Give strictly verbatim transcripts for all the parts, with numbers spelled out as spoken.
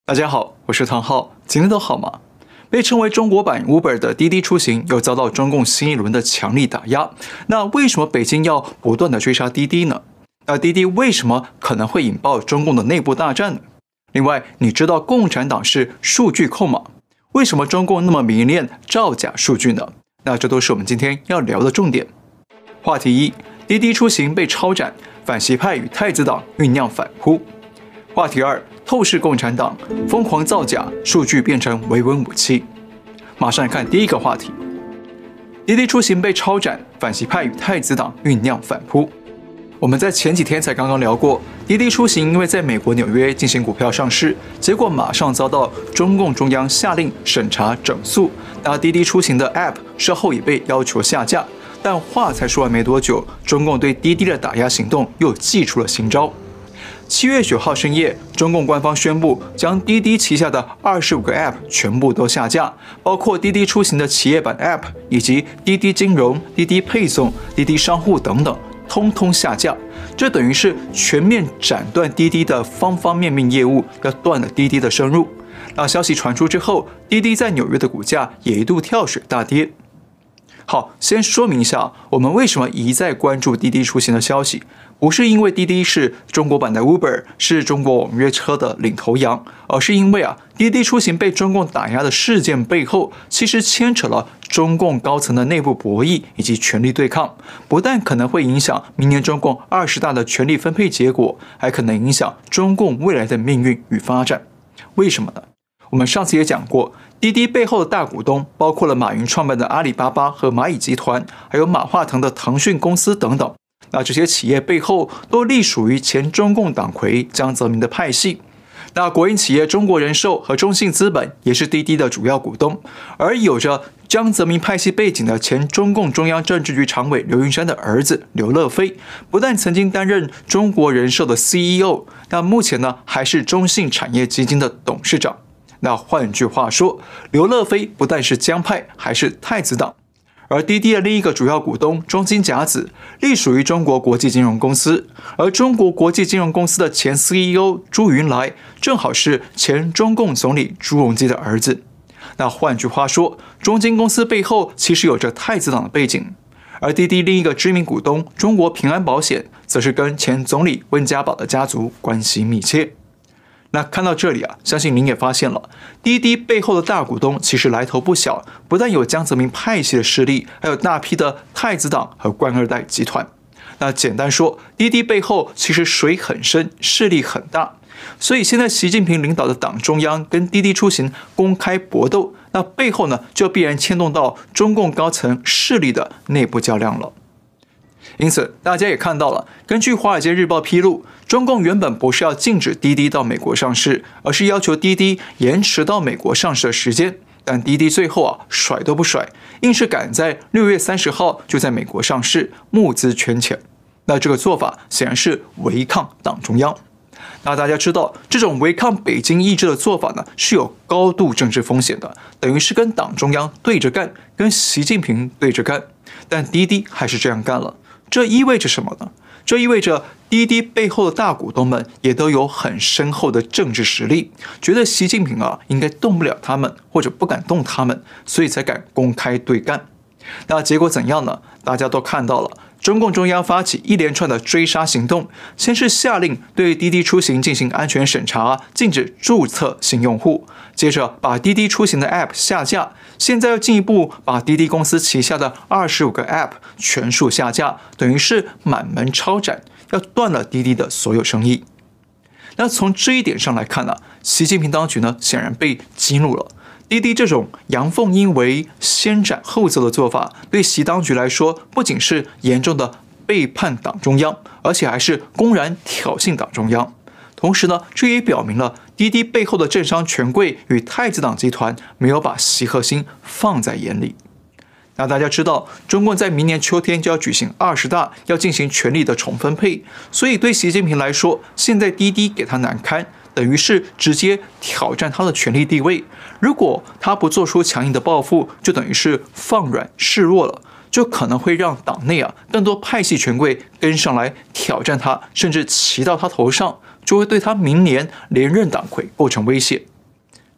大家好，我是唐浩，今天都好吗？被称为中国版 Uber 的滴滴出行又遭到中共新一轮的强力打压。那为什么北京要不断的追杀滴滴呢？那滴滴为什么可能会引爆中共的内部大战呢？另外，你知道共产党是数据控吗？为什么中共那么迷恋造假数据呢？那这都是我们今天要聊的重点。话题一：滴滴出行被抄斩，反习派与太子党酝酿反扑。话题二：透视共产党疯狂造假，数据变成维稳武器。马上来看第一个话题：滴滴出行被抄斩，反习派与太子党酝酿反扑。我们在前几天才刚刚聊过，滴滴出行因为在美国纽约进行股票上市，结果马上遭到中共中央下令审查整肃。那滴滴出行的 App 事后也被要求下架。但话才说完没多久，中共对滴滴的打压行动又祭出了新招。七月九号深夜，中共官方宣布将滴滴旗下的二十五个 App 全部都下架，包括滴滴出行的企业版 App 以及滴滴金融、滴滴配送、滴滴商户等等，通通下架。这等于是全面斩断滴滴的方方面面业务，要断了滴滴的生路。那消息传出之后，滴滴在纽约的股价也一度跳水大跌。好，先说明一下，我们为什么一再关注滴滴出行的消息，不是因为滴滴是中国版的 Uber， 是中国网约车的领头羊，而是因为啊，滴滴出行被中共打压的事件背后，其实牵扯了中共高层的内部博弈以及权力对抗，不但可能会影响明年中共二十大的权力分配结果，还可能影响中共未来的命运与发展。为什么呢？我们上次也讲过，滴滴背后的大股东包括了马云创办的阿里巴巴和蚂蚁集团，还有马化腾的腾讯公司等等。那这些企业背后都隶属于前中共党魁江泽民的派系。那国营企业中国人寿和中信资本也是滴滴的主要股东，而有着江泽民派系背景的前中共中央政治局常委刘云山的儿子刘乐飞，不但曾经担任中国人寿的 C E O， 那目前呢还是中信产业基金的董事长。那换句话说，刘乐飞不但是江派，还是太子党。而滴滴的另一个主要股东中金甲子隶属于中国国际金融公司，而中国国际金融公司的前 C E O 朱云来正好是前中共总理朱镕基的儿子。那换句话说，中金公司背后其实有着太子党的背景。而滴滴另一个知名股东中国平安保险，则是跟前总理温家宝的家族关系密切。那看到这里啊，相信您也发现了，滴滴背后的大股东其实来头不小，不但有江泽民派系的势力，还有大批的太子党和官二代集团。那简单说，滴滴背后其实水很深，势力很大。所以现在习近平领导的党中央跟滴滴出行公开搏斗，那背后呢就必然牵动到中共高层势力的内部较量了。因此，大家也看到了，根据《华尔街日报》披露，中共原本不是要禁止滴滴到美国上市，而是要求滴滴延迟到美国上市的时间。但滴滴最后啊，甩都不甩，硬是赶在六月三十号就在美国上市，募资圈钱。那这个做法显然是违抗党中央。那大家知道，这种违抗北京意志的做法呢，是有高度政治风险的，等于是跟党中央对着干，跟习近平对着干。但滴滴还是这样干了。这意味着什么呢？这意味着滴滴背后的大股东们也都有很深厚的政治实力，觉得习近平啊应该动不了他们，或者不敢动他们，所以才敢公开对干。那结果怎样呢？大家都看到了，中共中央发起一连串的追杀行动，先是下令对滴滴出行进行安全审查，禁止注册新用户，接着把滴滴出行的 App 下架，现在又进一步把滴滴公司旗下的二十五个 App 全数下架，等于是满门抄斩，要断了滴滴的所有生意。那从这一点上来看呢、啊，习近平当局呢显然被激怒了。滴滴这种阳奉阴违、先斩后奏的做法，对习当局来说，不仅是严重的背叛党中央，而且还是公然挑衅党中央。同时呢，这也表明了滴滴背后的政商权贵与太子党集团没有把习核心放在眼里。那大家知道，中共在明年秋天就要举行二十大，要进行权力的重分配，所以对习近平来说，现在滴滴给他难堪，等于是直接挑战他的权力地位。如果他不做出强硬的报复，就等于是放软示弱了，就可能会让党内啊更多派系权贵跟上来挑战他，甚至骑到他头上，就会对他明年连任党魁构成威胁。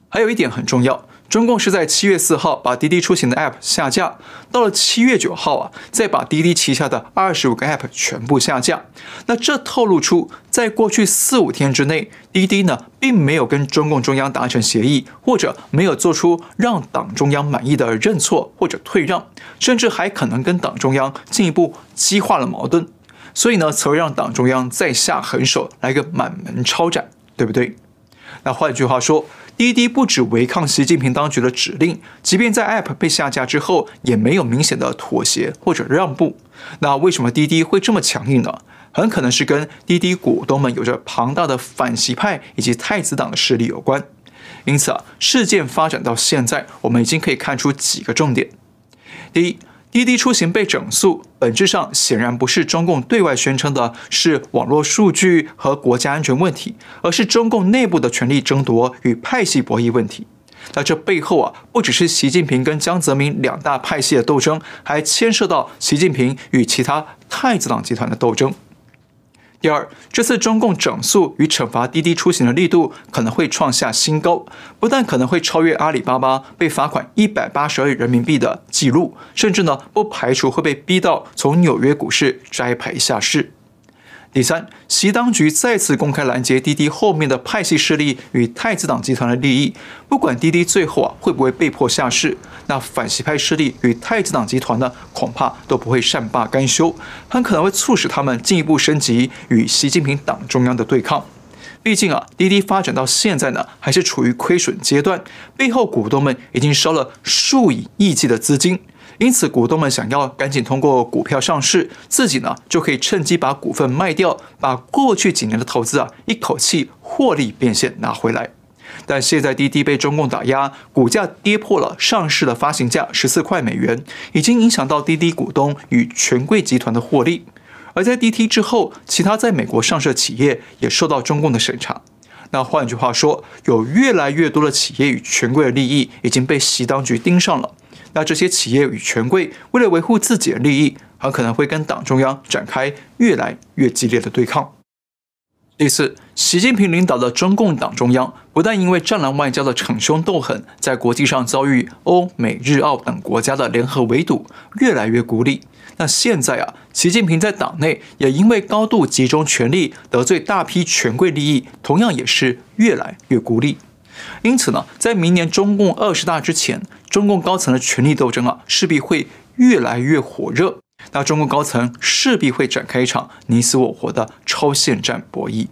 还有一点很重要，中共是在七月四号把滴滴出行的 App 下架，到了七月九号啊，再把滴滴旗下的二十五个 App 全部下架。那这透露出，在过去四五天之内，滴滴呢并没有跟中共中央达成协议，或者没有做出让党中央满意的认错或者退让，甚至还可能跟党中央进一步激化了矛盾。所以呢，才会让党中央再下狠手，来个满门抄斩，对不对？那换句话说，滴滴不只违抗习近平当局的指令，即便在 App 被下架之后，也没有明显的妥协或者让步。那为什么滴滴会这么强硬呢？很可能是跟滴滴股东们有着庞大的反习派以及太子党的势力有关。因此啊，事件发展到现在，我们已经可以看出几个重点。第一，滴滴出行被整肃，本质上显然不是中共对外宣称的是网络数据和国家安全问题，而是中共内部的权力争夺与派系博弈问题。那这背后啊，不只是习近平跟江泽民两大派系的斗争，还牵涉到习近平与其他太子党集团的斗争。第二，这次中共整肃与惩罚滴滴出行的力度可能会创下新高，不但可能会超越阿里巴巴被罚款一百八十二亿人民币的记录，甚至呢不排除会被逼到从纽约股市摘牌下市。第三，习当局再次公开拦截滴滴后面的派系势力与太子党集团的利益，不管滴滴最后啊会不会被迫下市，那反习派势力与太子党集团呢，恐怕都不会善罢甘休，很可能会促使他们进一步升级与习近平党中央的对抗。毕竟啊，滴滴发展到现在呢，还是处于亏损阶段，背后股东们已经烧了数以亿计的资金。因此，股东们想要赶紧通过股票上市，自己呢就可以趁机把股份卖掉，把过去几年的投资啊一口气获利变现拿回来。但现在滴滴被中共打压，股价跌破了上市的发行价十四块美元，已经影响到滴滴股东与权贵集团的获利。而在滴滴之后，其他在美国上市的企业也受到中共的审查。那换句话说，有越来越多的企业与权贵的利益已经被习当局盯上了。那这些企业与权贵为了维护自己的利益，很可能会跟党中央展开越来越激烈的对抗。第四，习近平领导的中共党中央不但因为战狼外交的逞凶斗狠，在国际上遭遇欧美日澳等国家的联合围堵，越来越孤立。那现在啊，习近平在党内也因为高度集中权力，得罪大批权贵利益，同样也是越来越孤立。因此呢，在明年中共二十大之前，中共高层的权力斗争啊，势必会越来越火热。那中共高层势必会展开一场你死我活的超限战博弈。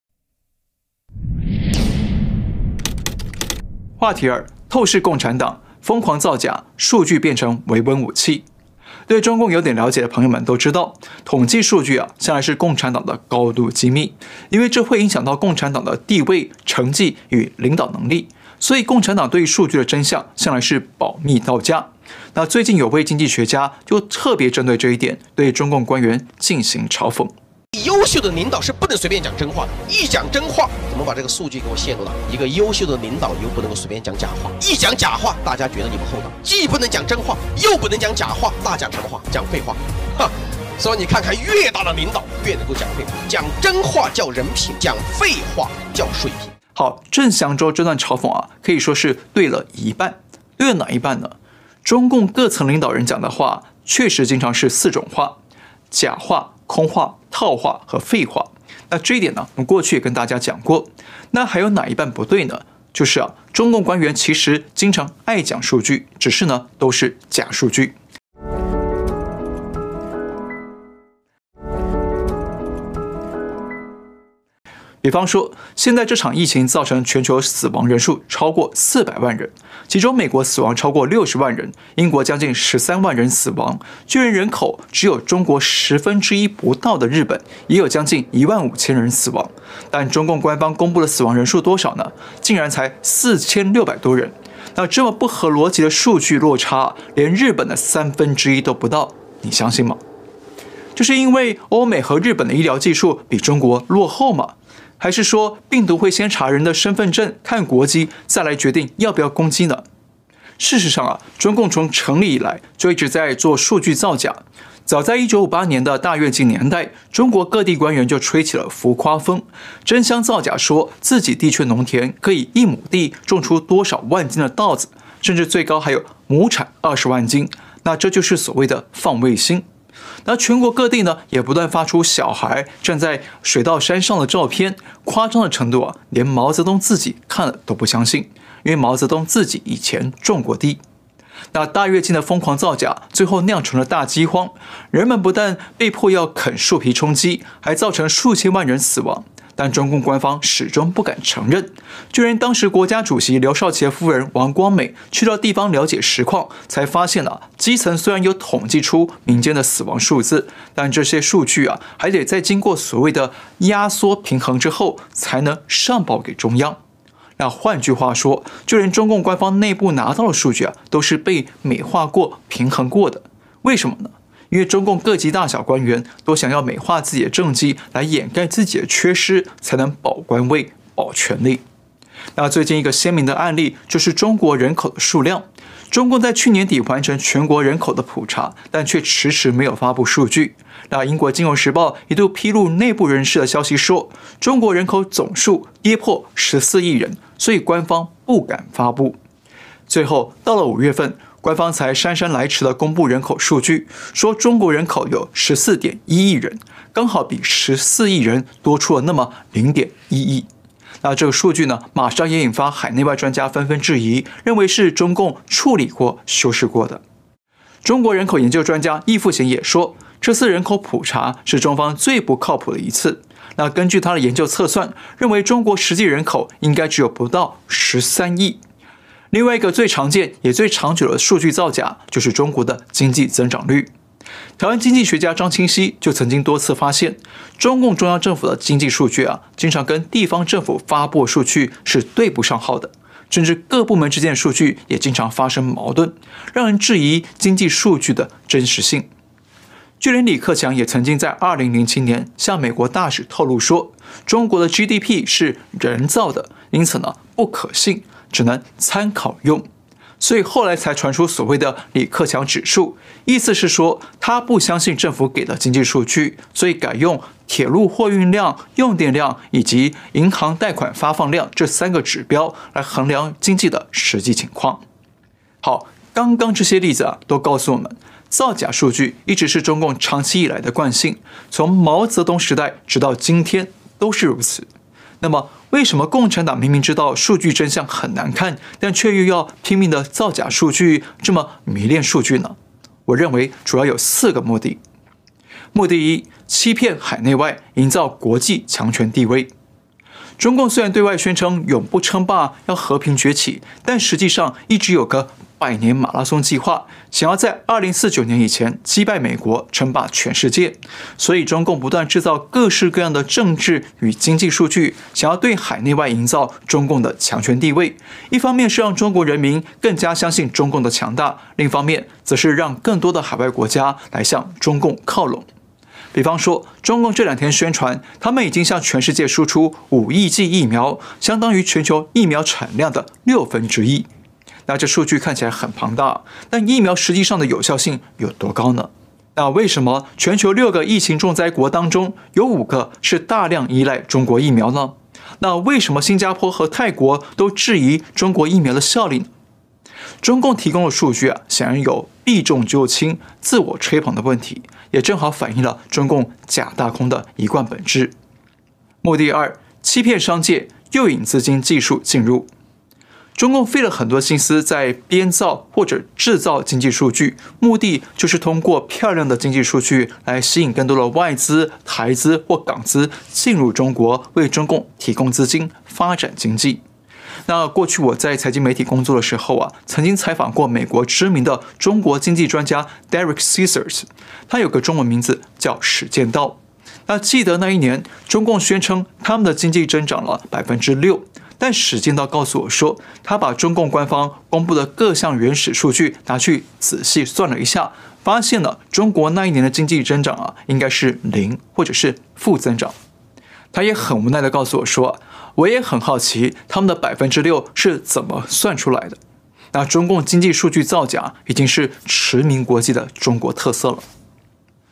话题二：透视共产党，疯狂造假，数据变成维稳武器。对中共有点了解的朋友们都知道，统计数据啊，向来是共产党的高度机密，因为这会影响到共产党的地位、成绩与领导能力，所以共产党对于数据的真相向来是保密到家。那最近有位经济学家就特别针对这一点，对中共官员进行嘲讽。 优秀的领导是不能随便讲真话，一讲真话，怎么把这个数据给我泄露了？一个优秀的领导又不能够随便讲假话，一讲假话，大家觉得你不厚道，既不能讲真话，又不能讲假话，那讲什么话？讲废话，哈！所以你看看，越大的领导越能够讲废话，讲真话叫人品，讲废话叫水平。 好，郑祥洲这段嘲讽啊，可以说是对了一半。对了哪一半呢？中共各层领导人讲的话，确实经常是四种话：假话、空话、套话和废话。那这一点呢，我们过去也跟大家讲过。那还有哪一半不对呢？就是啊，中共官员其实经常爱讲数据，只是呢都是假数据。比方说，现在这场疫情造成全球死亡人数超过四百万人，其中美国死亡超过六十万人，英国将近十三万人死亡，居然人口只有中国十分之一不到的日本也有将近一万五千人死亡，但中共官方公布的死亡人数多少呢？竟然才四千六百多人。那这么不合逻辑的数据落差，连日本的三分之一都不到，你相信吗？就是因为欧美和日本的医疗技术比中国落后吗？还是说病毒会先查人的身份证、看国籍，再来决定要不要攻击呢？事实上啊，中共从成立以来就一直在做数据造假。 早在一九五八年的大跃进年代，中国各地官员就吹起了浮夸风，争相造假，说自己地区农田可以一亩地种出多少万斤的稻子，甚至最高还有亩产二十万斤。那这就是所谓的放卫星。那全国各地呢，也不断发出小孩站在水稻山上的照片，夸张的程度啊，连毛泽东自己看了都不相信，因为毛泽东自己以前种过地。那大跃进的疯狂造假，最后酿成了大饥荒，人们不但被迫要啃树皮充饥，还造成数千万人死亡。但中共官方始终不敢承认，就连当时国家主席刘少奇夫人王光美去到地方了解实况，才发现啊，基层虽然有统计出民间的死亡数字，但这些数据啊，还得再经过所谓的压缩平衡之后，才能上报给中央。那换句话说，就连中共官方内部拿到的数据啊，都是被美化过、平衡过的。为什么呢？因为中共各级大小官员都想要美化自己的政绩，来掩盖自己的缺失，才能保官位、保权力。那最近一个鲜明的案例就是中国人口的数量。中共在去年底完成全国人口的普查，但却迟迟没有发布数据。那英国金融时报一度披露内部人士的消息说，中国人口总数跌破十四亿人，所以官方不敢发布。最后到了五月份，官方才姗姗来迟地公布人口数据，说中国人口有 十四点一亿人，刚好比十四亿人多出了那么 零点一亿。那这个数据呢，马上也引发海内外专家纷纷质疑，认为是中共处理过、修饰过的。中国人口研究专家易富贤也说，这次人口普查是中方最不靠谱的一次。那根据他的研究测算，认为中国实际人口应该只有不到十三亿。另外一个最常见也最长久的数据造假，就是中国的经济增长率。台湾经济学家张清熙就曾经多次发现，中共中央政府的经济数据啊，经常跟地方政府发布的数据是对不上号的，甚至各部门之间的数据也经常发生矛盾，让人质疑经济数据的真实性。就连李克强也曾经在二零零七年向美国大使透露说，中国的 G D P 是人造的，因此呢不可信，只能参考用。所以后来才传出所谓的李克强指数，意思是说他不相信政府给的经济数据，所以改用铁路货运量、用电量以及银行贷款发放量这三个指标来衡量经济的实际情况。好，刚刚这些例子啊，都告诉我们，造假数据一直是中共长期以来的惯性，从毛泽东时代直到今天都是如此。那么，为什么共产党明明知道数据真相很难看，但却又要拼命的造假数据，这么迷恋数据呢？我认为主要有四个目的。目的一，欺骗海内外，营造国际强权地位。中共虽然对外宣称永不称霸，要和平崛起，但实际上一直有个百年马拉松计划，想要在二零四九年以前击败美国，称霸全世界。所以中共不断制造各式各样的政治与经济数据，想要对海内外营造中共的强权地位。一方面是让中国人民更加相信中共的强大，另一方面则是让更多的海外国家来向中共靠拢。比方说，中共这两天宣传，他们已经向全世界输出五亿剂疫苗，相当于全球疫苗产量的六分之一。那这数据看起来很庞大，但疫苗实际上的有效性有多高呢？那为什么全球六个疫情重灾国当中，有五个是大量依赖中国疫苗呢？那为什么新加坡和泰国都质疑中国疫苗的效力呢？中共提供的数据啊，显然有避重就轻、自我吹捧的问题，也正好反映了中共假大空的一贯本质。目的二，欺骗商界，诱引资金技术进入。中共费了很多心思在编造或者制造经济数据，目的就是通过漂亮的经济数据来吸引更多的外资、台资或港资进入中国，为中共提供资金发展经济。那过去我在财经媒体工作的时候啊，曾经采访过美国知名的中国经济专家 Derek Caesars， 他有个中文名字叫史建道。那记得那一年，中共宣称他们的经济增长了百分之六。但史建道告诉我说，他把中共官方公布的各项原始数据拿去仔细算了一下，发现了中国那一年的经济增长啊，应该是零或者是负增长。他也很无奈地告诉我说，我也很好奇他们的百分之六是怎么算出来的。那中共经济数据造假已经是驰名国际的中国特色了。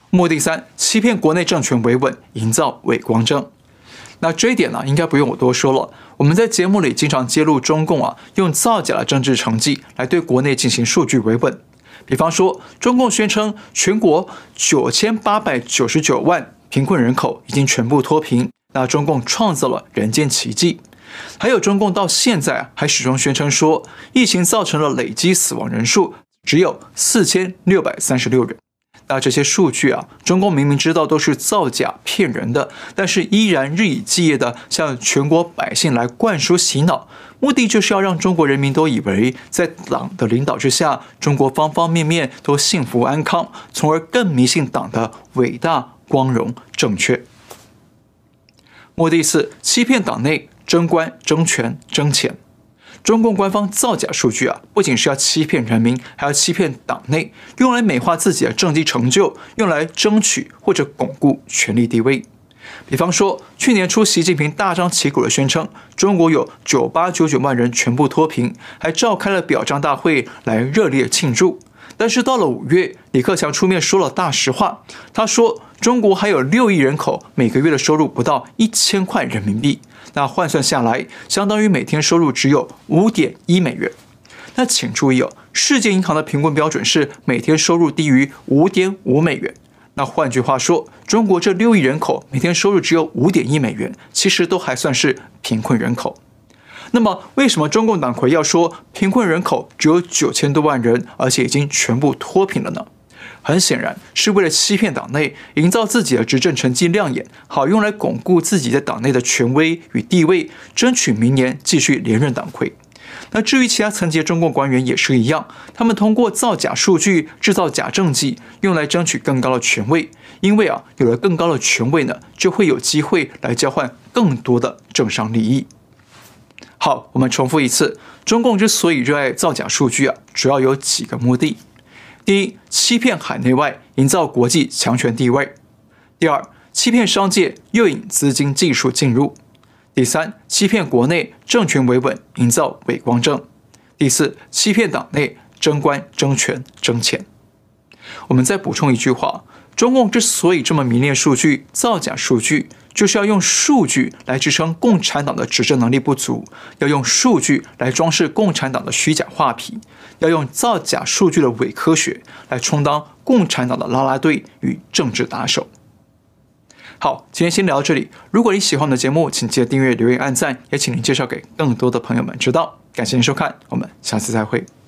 目的三，欺骗国内政权维稳，营造伪光正。那这一点呢，应该不用我多说了。我们在节目里经常揭露中共啊，用造假的政治成绩来对国内进行数据维稳。比方说，中共宣称全国九千八百九十九万贫困人口已经全部脱贫，那中共创造了人间奇迹。还有中共到现在还始终宣称说，疫情造成了累积死亡人数只有四千六百三十六人。那这些数据啊，中共明明知道都是造假骗人的，但是依然日以继夜的向全国百姓来灌输洗脑，目的就是要让中国人民都以为在党的领导之下，中国方方面面都幸福安康，从而更迷信党的伟大、光荣、正确。目的四，欺骗党内争官、争权、争钱。中共官方造假数据啊，不仅是要欺骗人民，还要欺骗党内，用来美化自己的政绩成就，用来争取或者巩固权力地位。比方说，去年初习近平大张旗鼓地宣称，中国有九八九九万人全部脱贫，还召开了表彰大会来热烈庆祝。但是到了五月，李克强出面说了大实话，他说中国还有六亿人口，每个月的收入不到一千块人民币，那换算下来，相当于每天收入只有 五点一美元。那请注意哦，世界银行的贫困标准是每天收入低于 五点五美元。那换句话说，中国这六亿人口每天收入只有 五点一美元，其实都还算是贫困人口。那么，为什么中共党魁要说贫困人口只有九千多万人，而且已经全部脱贫了呢？很显然，是为了欺骗党内，营造自己的执政成绩亮眼，好用来巩固自己在党内的权威与地位，争取明年继续连任党魁。那至于其他层级的中共官员也是一样，他们通过造假数据、制造假政绩，用来争取更高的权位。因为啊，有了更高的权位呢，就会有机会来交换更多的政商利益。好，我们重复一次，中共之所以热爱造假数据啊，主要有几个目的。第一，欺骗海内外，营造国际强权地位；第二，欺骗商界，诱引资金技术进入；第三，欺骗国内政权维稳，营造伪光正；第四，欺骗党内争官、争权、争钱。我们再补充一句话，中共之所以这么迷恋数据、造假数据，就是要用数据来支撑共产党的执政能力不足，要用数据来装饰共产党的虚假画皮，要用造假数据的伪科学来充当共产党的啦啦队与政治打手。好，今天先聊到这里。如果你喜欢我们的节目，请记得订阅、留言、按赞，也请您介绍给更多的朋友们知道。感谢您收看，我们下次再会。